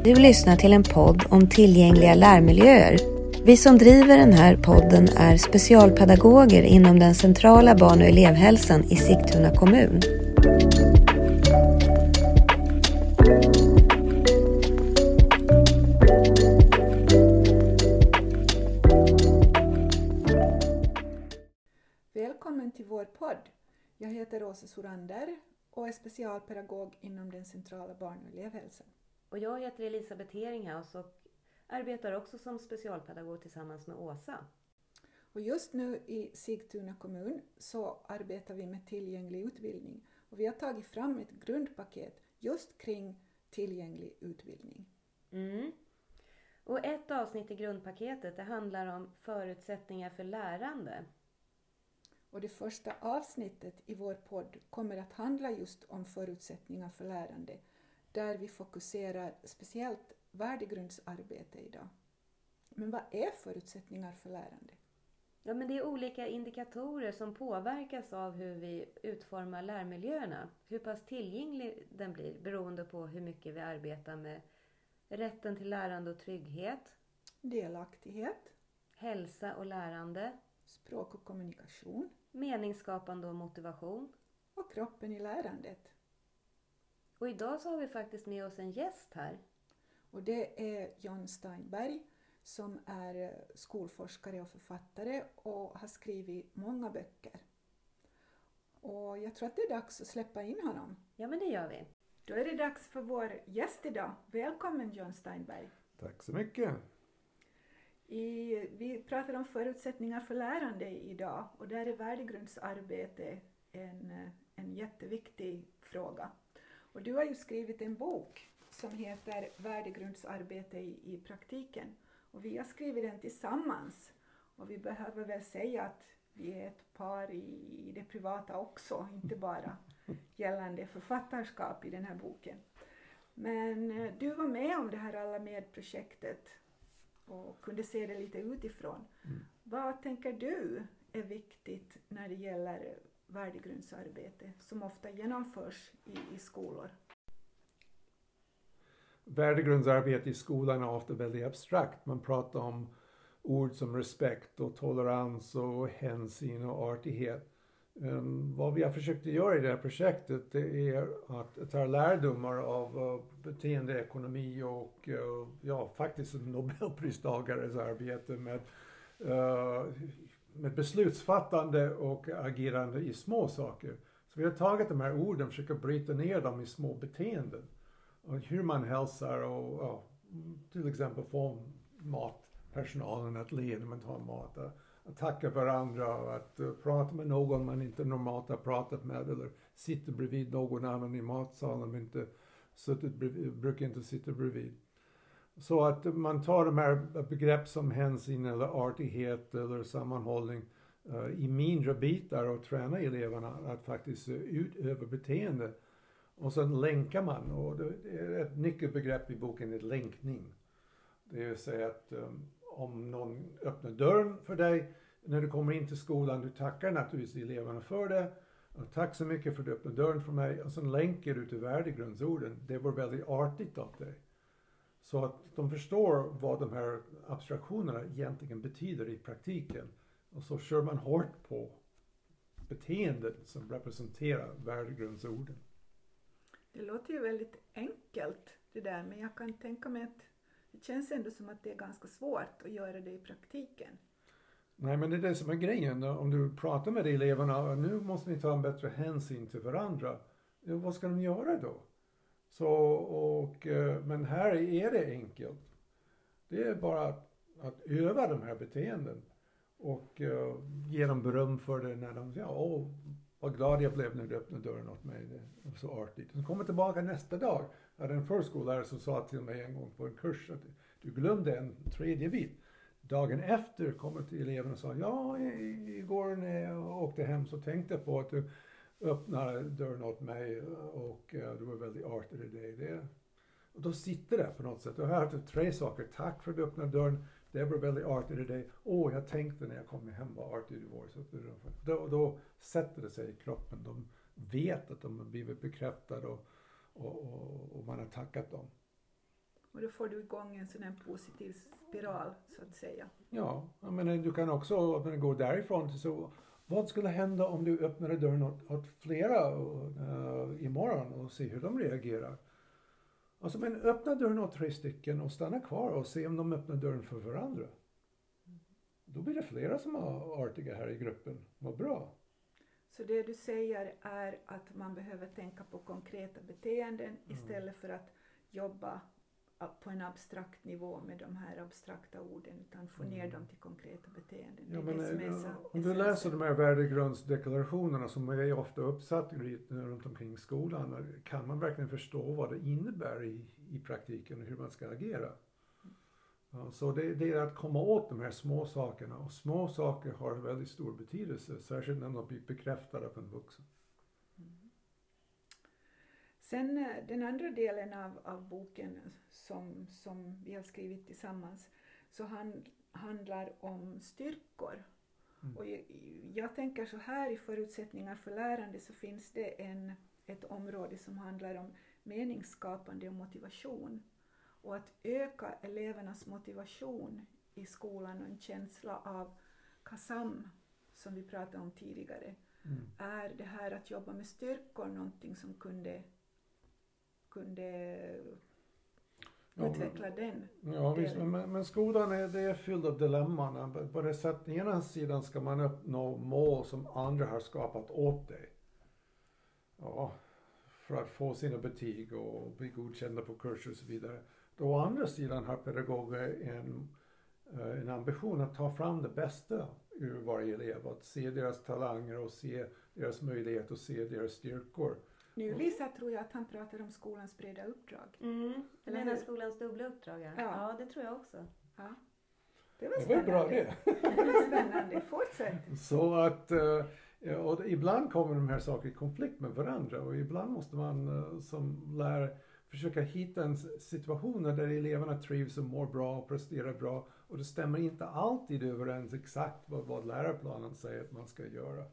Du lyssnar till en podd om tillgängliga lärmiljöer. Vi som driver den här podden är specialpedagoger inom den centrala barn- och elevhälsan i Sigtuna kommun. Välkommen till vår podd. Jag heter Åsa Sorander och är specialpedagog inom den centrala barn- och elevhälsan. Och jag heter Elisabeth Heringhaus och arbetar också som specialpedagog tillsammans med Åsa. Och just nu i Sigtuna kommun så arbetar vi med tillgänglig utbildning. Och vi har tagit fram ett grundpaket just kring tillgänglig utbildning. Och ett avsnitt i grundpaketet det handlar om förutsättningar för lärande. Och det första avsnittet i vår podd kommer att handla just om förutsättningar för lärande. Där vi fokuserar speciellt värdegrundsarbete idag. Men vad är förutsättningar för lärande? Ja, men det är olika indikatorer som påverkas av hur vi utformar lärmiljöerna. Hur pass tillgänglig den blir beroende på hur mycket vi arbetar med rätten till lärande och trygghet. Delaktighet. Hälsa och lärande. Språk och kommunikation. Meningsskapande och motivation. Och kroppen i lärandet. Och idag så har vi faktiskt med oss en gäst här. Och det är John Steinberg som är skolforskare och författare och har skrivit många böcker. Och jag tror att det är dags att släppa in honom. Ja, men det gör vi. Då är det dags för vår gäst idag. Välkommen John Steinberg. Tack så mycket. Vi pratar om förutsättningar för lärande idag och där är värdegrundsarbete en jätteviktig fråga. Och du har ju skrivit en bok som heter Värdegrundsarbete i praktiken. Och vi har skrivit den tillsammans. Och vi behöver väl säga att vi är ett par i det privata också. Inte bara gällande författarskap i den här boken. Men du var med om det här Alla med-projektet. Och kunde se det lite utifrån. Vad tänker du är viktigt när det gäller värdegrundsarbete som ofta genomförs i skolor? Värdegrundsarbete i skolan är ofta väldigt abstrakt. Man pratar om ord som respekt och tolerans och hänsyn och artighet. Vad vi har försökt göra i det här projektet det är att ta lärdomar av beteendeekonomi och faktiskt Nobelpristagares arbete med beslutsfattande och agerande i små saker. Så vi har tagit de här orden och försökt bryta ner dem i små beteenden. Och hur man hälsar och till exempel få matpersonalen att le när man tar mat. Att tacka varandra, att prata med någon man inte normalt har pratat med eller sitta bredvid någon annan i matsalen men brukar inte sitta bredvid. Så att man tar de här begrepp som hänsyn eller artighet eller sammanhållning i mindre bitar och tränar eleverna att faktiskt utöva beteende. Och sen länkar man, och det är ett nyckelbegrepp i boken, är länkning. Det vill säga att om någon öppnar dörren för dig när du kommer in till skolan, du tackar naturligtvis eleverna för det. Och tack så mycket för att du öppnade dörren för mig. Och sen länkar du till värdegrundsorden. Det var väldigt artigt av dig. Så att de förstår vad de här abstraktionerna egentligen betyder i praktiken. Och så kör man hårt på beteendet som representerar värdegrundsorden. Det låter ju väldigt enkelt det där, men jag kan tänka mig att det känns ändå som att det är ganska svårt att göra det i praktiken. Nej, men det är det som är grejen. Om du pratar med eleverna, nu måste ni ta en bättre hänsyn till varandra. Vad ska de göra då? Men här är det enkelt. Det är bara att öva de här beteenden. Och ge dem beröm för det när de säger, vad glad jag blev när du öppnade dörren åt mig. Det var så artigt. Så kommer tillbaka nästa dag. Jag hade en förskollärare som sa till mig en gång på en kurs att du glömde en tredje bit. Dagen efter kommer till eleven och sa, igår när jag åkte hem så tänkte jag på att du öppnade dörren åt mig och du var väldigt artig i det. Och då sitter det på något sätt. Jag har haft 3 saker. Tack för att du öppnade dörren. Det var väldigt artigt i dig. Jag tänkte när jag kom hem vad artig du var. Så då sätter det sig i kroppen. De vet att de har blivit bekräftade och man har tackat dem. Och då får du igång en sån här positiv spiral så att säga. Ja, jag menar, du kan också gå därifrån till så. Vad skulle hända om du öppnade dörren åt flera imorgon och se hur de reagerar? Alltså, men öppna dörren åt 3 stycken och stanna kvar och se om de öppnar dörren för varandra. Då blir det flera som är artiga här i gruppen. Vad bra. Så det du säger är att man behöver tänka på konkreta beteenden istället för att jobba på en abstrakt nivå med de här abstrakta orden, utan få ner dem till konkreta beteenden. Ja, det är men, det som är så om du läser de här värdegrundsdeklarationerna som är ofta uppsatt runt omkring skolan, kan man verkligen förstå vad det innebär i praktiken och hur man ska agera. Ja, så det är att komma åt de här små sakerna, och små saker har väldigt stor betydelse, särskilt när de blir bekräftade av en vuxen. Sen den andra delen av boken som vi har skrivit tillsammans så handlar om styrkor. Och jag tänker så här, i förutsättningar för lärande så finns det ett område som handlar om meningsskapande och motivation. Och att öka elevernas motivation i skolan och en känsla av KASAM som vi pratade om tidigare. Är det här att jobba med styrkor någonting som kunde utveckla den? Ja, visst, men skolan det är fylld av dilemman. På det sättet, ena sidan ska man uppnå mål som andra har skapat åt dig. Ja, för att få sina betyg och bli godkända på kurser och så vidare. Då å andra sidan har pedagoger en ambition att ta fram det bästa ur varje elev. Att se deras talanger och se deras möjlighet och se deras styrkor. Nu Lisa tror jag att han pratar om skolans breda uppdrag. Du menar skolans dubbla uppdrag? Ja, det tror jag också. Ja. Det var spännande. Det var bra det. Det var spännande. Fortsätt. Så att och ibland kommer de här sakerna i konflikt med varandra, och ibland måste man som lärare försöka hitta en situation där eleverna trivs och mår bra och presterar bra, och det stämmer inte alltid överens exakt vad läroplanen säger att man ska göra.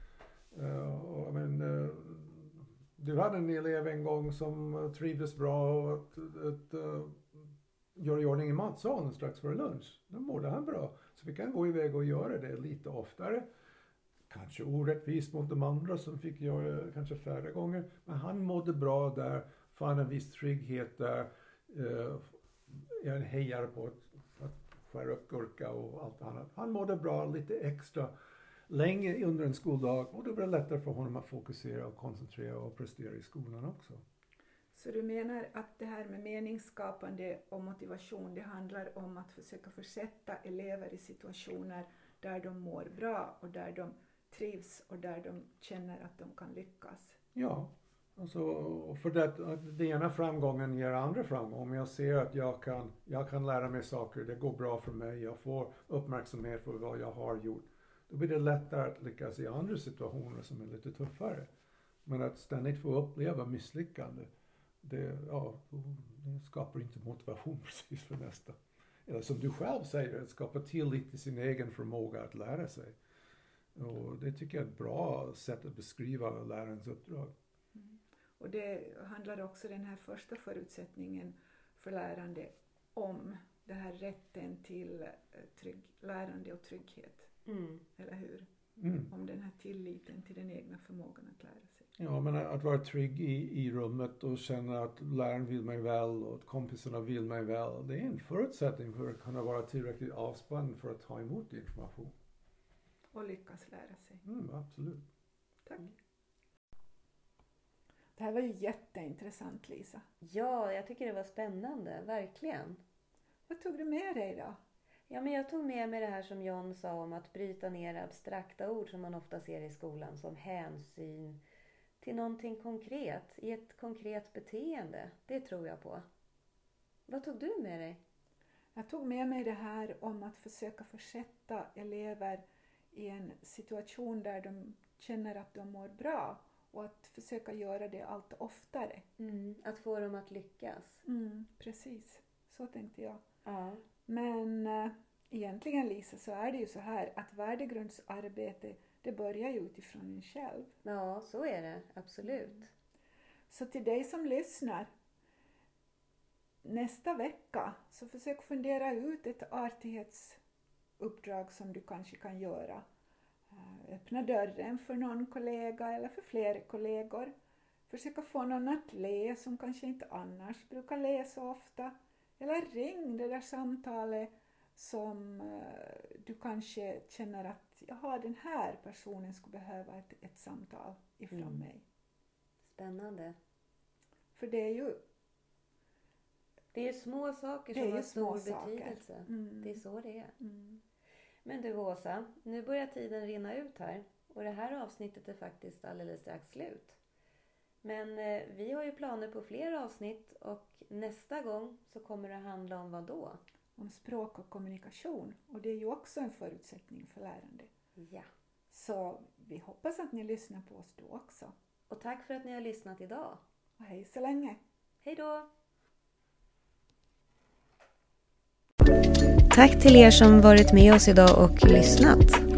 Du hade en elev en gång som trivdes bra att göra i ordning i matsalen strax före lunch. Då mådde han bra. Så fick han gå iväg och göra det lite oftare. Kanske orättvist mot de andra som fick göra det kanske färre gånger. Men han mådde bra där, fann en viss trygghet där. Jag hejar på att skära upp gurka och allt annat. Han mådde bra lite extra länge under en skoldag, och då var det lättare för honom att fokusera och koncentrera och prestera i skolan också. Så du menar att det här med meningsskapande och motivation, det handlar om att försöka försätta elever i situationer där de mår bra och där de trivs och där de känner att de kan lyckas? Ja, alltså, för det ena framgången ger andra framgång. Om jag ser att jag kan lära mig saker, det går bra för mig, jag får uppmärksamhet för vad jag har gjort. Då blir det lättare att lyckas i andra situationer som är lite tuffare. Men att ständigt få uppleva misslyckande, det skapar inte motivation precis för nästa. Eller som du själv säger, att skapa tillit till sin egen förmåga att lära sig. Och det tycker jag är ett bra sätt att beskriva lärarens uppdrag. Och det handlar också den här första förutsättningen för lärande om den här rätten till lärande och trygghet. Eller hur? Om den här tilliten till den egna förmågan att lära sig. Ja, men att vara trygg i rummet och känna att läraren vill mig väl och att kompisarna vill mig väl. Det är en förutsättning för att kunna vara tillräckligt avspänd för att ta emot information. Och lyckas lära sig. Absolut. Tack. Det här var ju jätteintressant, Lisa. Ja, jag tycker det var spännande, verkligen. Vad tog du med dig då? Ja, men jag tog med mig det här som John sa om att bryta ner abstrakta ord som man ofta ser i skolan, som hänsyn till någonting konkret, i ett konkret beteende. Det tror jag på. Vad tog du med dig? Jag tog med mig det här om att försöka försätta elever i en situation där de känner att de mår bra, och att försöka göra det allt oftare. Att få dem att lyckas. Precis, så tänkte jag. Ja. Men egentligen, Lisa, så är det ju så här att värdegrundsarbete, det börjar ju utifrån en själv. Ja, så är det. Absolut. Så till dig som lyssnar, nästa vecka så försök fundera ut ett artighetsuppdrag som du kanske kan göra. Öppna dörren för någon kollega eller för flera kollegor. Försöka få någon att le som kanske inte annars brukar le så ofta. Eller ring det där samtalet som du kanske känner att den här personen skulle behöva ett samtal ifrån mig. Spännande. För det är ju små saker som har stor betydelse. Det är så det är. Men du Åsa, nu börjar tiden rinna ut här. Och det här avsnittet är faktiskt alldeles strax slut. Men vi har ju planer på fler avsnitt och nästa gång så kommer det handla om vad då? Om språk och kommunikation. Och det är ju också en förutsättning för lärande. Ja. Så vi hoppas att ni lyssnar på oss då också. Och tack för att ni har lyssnat idag. Och hej så länge. Hej då! Tack till er som varit med oss idag och lyssnat.